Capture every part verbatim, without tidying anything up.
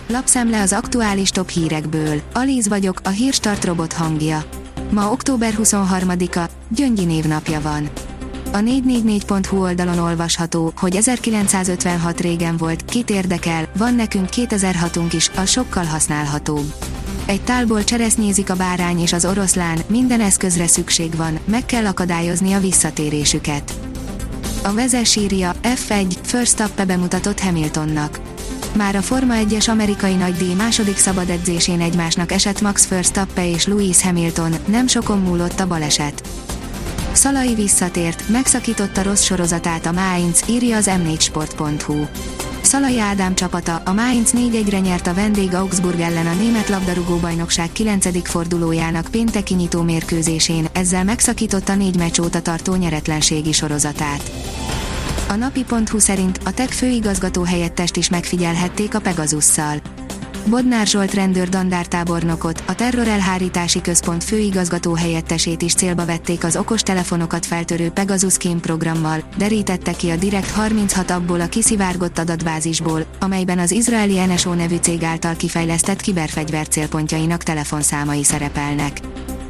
Lapszemle az aktuális top hírekből. Alíz vagyok, a Hírstart robot hangja. Ma október huszonharmadika, Gyöngyi névnapja van. A négy négy négy pont hu oldalon olvasható, hogy ezerkilencszázötvenhat régen volt, kit érdekel, van nekünk kétezer-hatunk is, az sokkal használhatóbb. Egy tálból cseresznyézik a bárány és az oroszlán, minden eszközre szükség van, meg kell akadályozni a visszatérésüket. A Vezes írja, ef egy, Verstappen bemutatott Hamiltonnak. Már a Forma egyes amerikai nagydíj második szabad edzésén egymásnak esett Max Verstappen és Lewis Hamilton, nem sokon múlott a baleset. Szalai visszatért, megszakította rossz sorozatát a Mainz, írja az em négy sport pont hu. Szalai Ádám csapata, a Mainz négy egyre nyert a vendég Augsburg ellen a német labdarúgó-bajnokság kilencedik fordulójának pénteki nyitó mérkőzésén, ezzel megszakította négy meccs óta tartó nyeretlenségi sorozatát. A napi pont hu szerint a TEK főigazgató helyettest is megfigyelhették a Pegasusszal. Bodnár Zsolt rendőr dandártábornokot, a terrorelhárítási központ főigazgató helyettesét is célba vették az okostelefonokat feltörő Pegasus Kém programmal, derítette ki a Direkt harminchat abból a kiszivárgott adatbázisból, amelyben az izraeli en es o nevű cég által kifejlesztett kiberfegyver célpontjainak telefonszámai szerepelnek.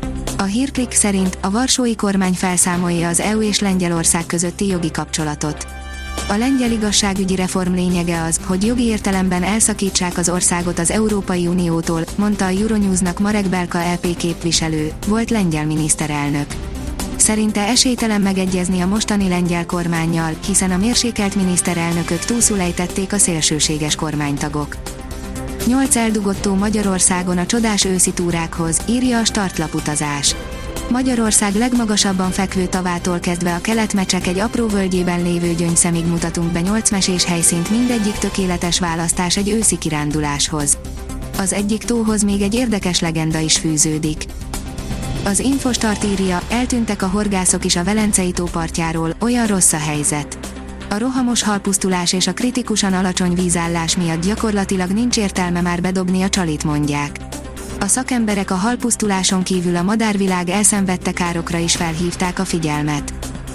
A Hírklik szerint a varsói kormány felszámolja az é u és Lengyelország közötti jogi kapcsolatot. A lengyel igazságügyi reform lényege az, hogy jogi értelemben elszakítsák az országot az Európai Uniótól, mondta a Euronewsnak Marek Belka é pé képviselő, volt lengyel miniszterelnök. Szerinte esélytelen megegyezni a mostani lengyel kormánnyal, hiszen a mérsékelt miniszterelnököt túlszul ejtették a szélsőséges kormánytagok. Nyolc eldugottó Magyarországon a csodás őszi túrákhoz, írja a Startlaputazás. Magyarország legmagasabban fekvő tavától kezdve a keletmecsek egy apró völgyében lévő gyöngyszemig mutatunk be nyolc mesés helyszínt, mindegyik tökéletes választás egy őszi kiránduláshoz. Az egyik tóhoz még egy érdekes legenda is fűződik. Az Infostart írja, eltűntek a horgászok is a Velencei tó partjáról, olyan rossz a helyzet. A rohamos halpusztulás és a kritikusan alacsony vízállás miatt gyakorlatilag nincs értelme már bedobni a csalit, mondják. A szakemberek a halpusztuláson kívül a madárvilág elszenvedte károkra is felhívták a figyelmet.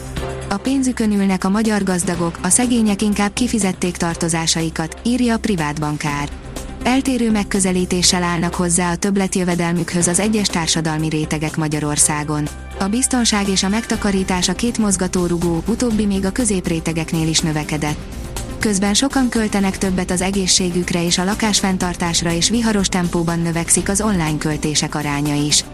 A pénzükön ülnek a magyar gazdagok, a szegények inkább kifizették tartozásaikat, írja a privát bankár. Eltérő megközelítéssel állnak hozzá a többletjövedelmükhöz az egyes társadalmi rétegek Magyarországon. A biztonság és a megtakarítás a két mozgatórugó, utóbbi még a középrétegeknél is növekedett. Közben sokan költenek többet az egészségükre és a lakásfenntartásra, és viharos tempóban növekszik az online költések aránya is.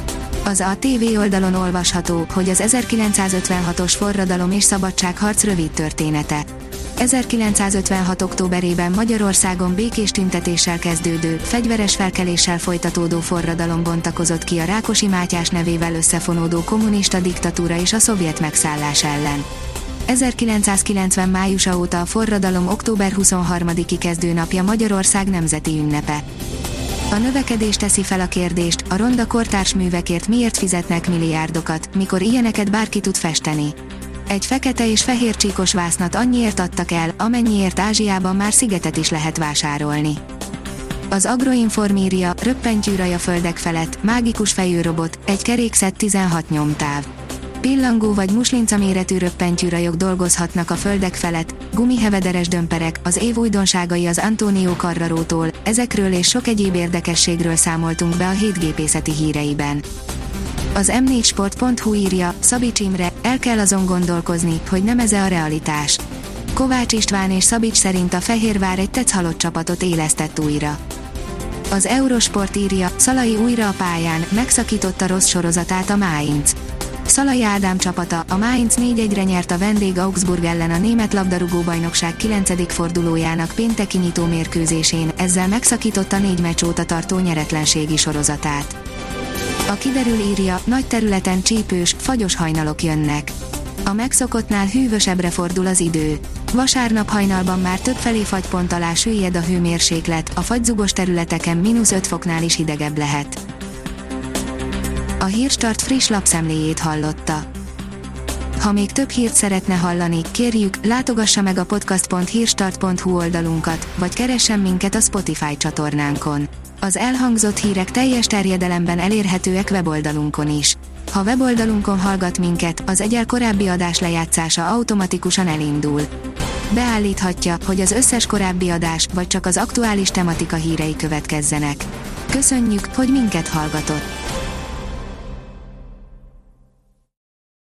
Az á té vé oldalon olvasható, hogy az ezerkilencszázötvenhatos forradalom és szabadságharc rövid története. ezerkilencszázötvenhat októberében Magyarországon békés tüntetéssel kezdődő, fegyveres felkeléssel folytatódó forradalom bontakozott ki a Rákosi Mátyás nevével összefonódó kommunista diktatúra és a szovjet megszállás ellen. ezerkilencszázkilencven májusa óta a forradalom október huszonharmadiki kezdőnapja Magyarország nemzeti ünnepe. A növekedés teszi fel a kérdést, a ronda kortárs művekért miért fizetnek milliárdokat, mikor ilyeneket bárki tud festeni. Egy fekete és fehér csíkos vásznat annyiért adtak el, amennyiért Ázsiában már szigetet is lehet vásárolni. Az Agroinform írja, röppentyűraj a földek felett, mágikus fejű robot, egy kerékszett tizenhat nyomtáv. Pillangó vagy muslinca méretű röppentyűrajok dolgozhatnak a földek felett, gumihevederes dömperek, az év újdonságai az Antonio Carraro-tól, ezekről és sok egyéb érdekességről számoltunk be a hétgépészeti híreiben. Az em négy sport pont hu írja, Szabics Imre, el kell azon gondolkozni, hogy nem ez a realitás. Kovács István és Szabics szerint a Fehérvár egy tetszhalott csapatot élesztett újra. Az Eurosport írja, Szalai újra a pályán, megszakította rossz sorozatát a Mainz. Szalai Ádám csapata, a Mainz négy egyre nyert a vendég Augsburg ellen a német labdarúgó-bajnokság kilencedik fordulójának pénteki nyitó mérkőzésén, ezzel megszakította négy meccs óta tartó nyeretlenségi sorozatát. A Kiderül írja, nagy területen csípős, fagyos hajnalok jönnek. A megszokottnál hűvösebbre fordul az idő. Vasárnap hajnalban már többfelé fagypont alá süllyed a hőmérséklet, a fagyzugos területeken mínusz öt foknál is hidegebb lehet. A Hírstart friss lapszemléjét hallotta. Ha még több hírt szeretne hallani, kérjük, látogassa meg a podcast pont hírstart pont hu oldalunkat, vagy keressen minket a Spotify csatornánkon. Az elhangzott hírek teljes terjedelemben elérhetőek weboldalunkon is. Ha weboldalunkon hallgat minket, az egyel korábbi adás lejátszása automatikusan elindul. Beállíthatja, hogy az összes korábbi adás, vagy csak az aktuális tematika hírei következzenek. Köszönjük, hogy minket hallgatott!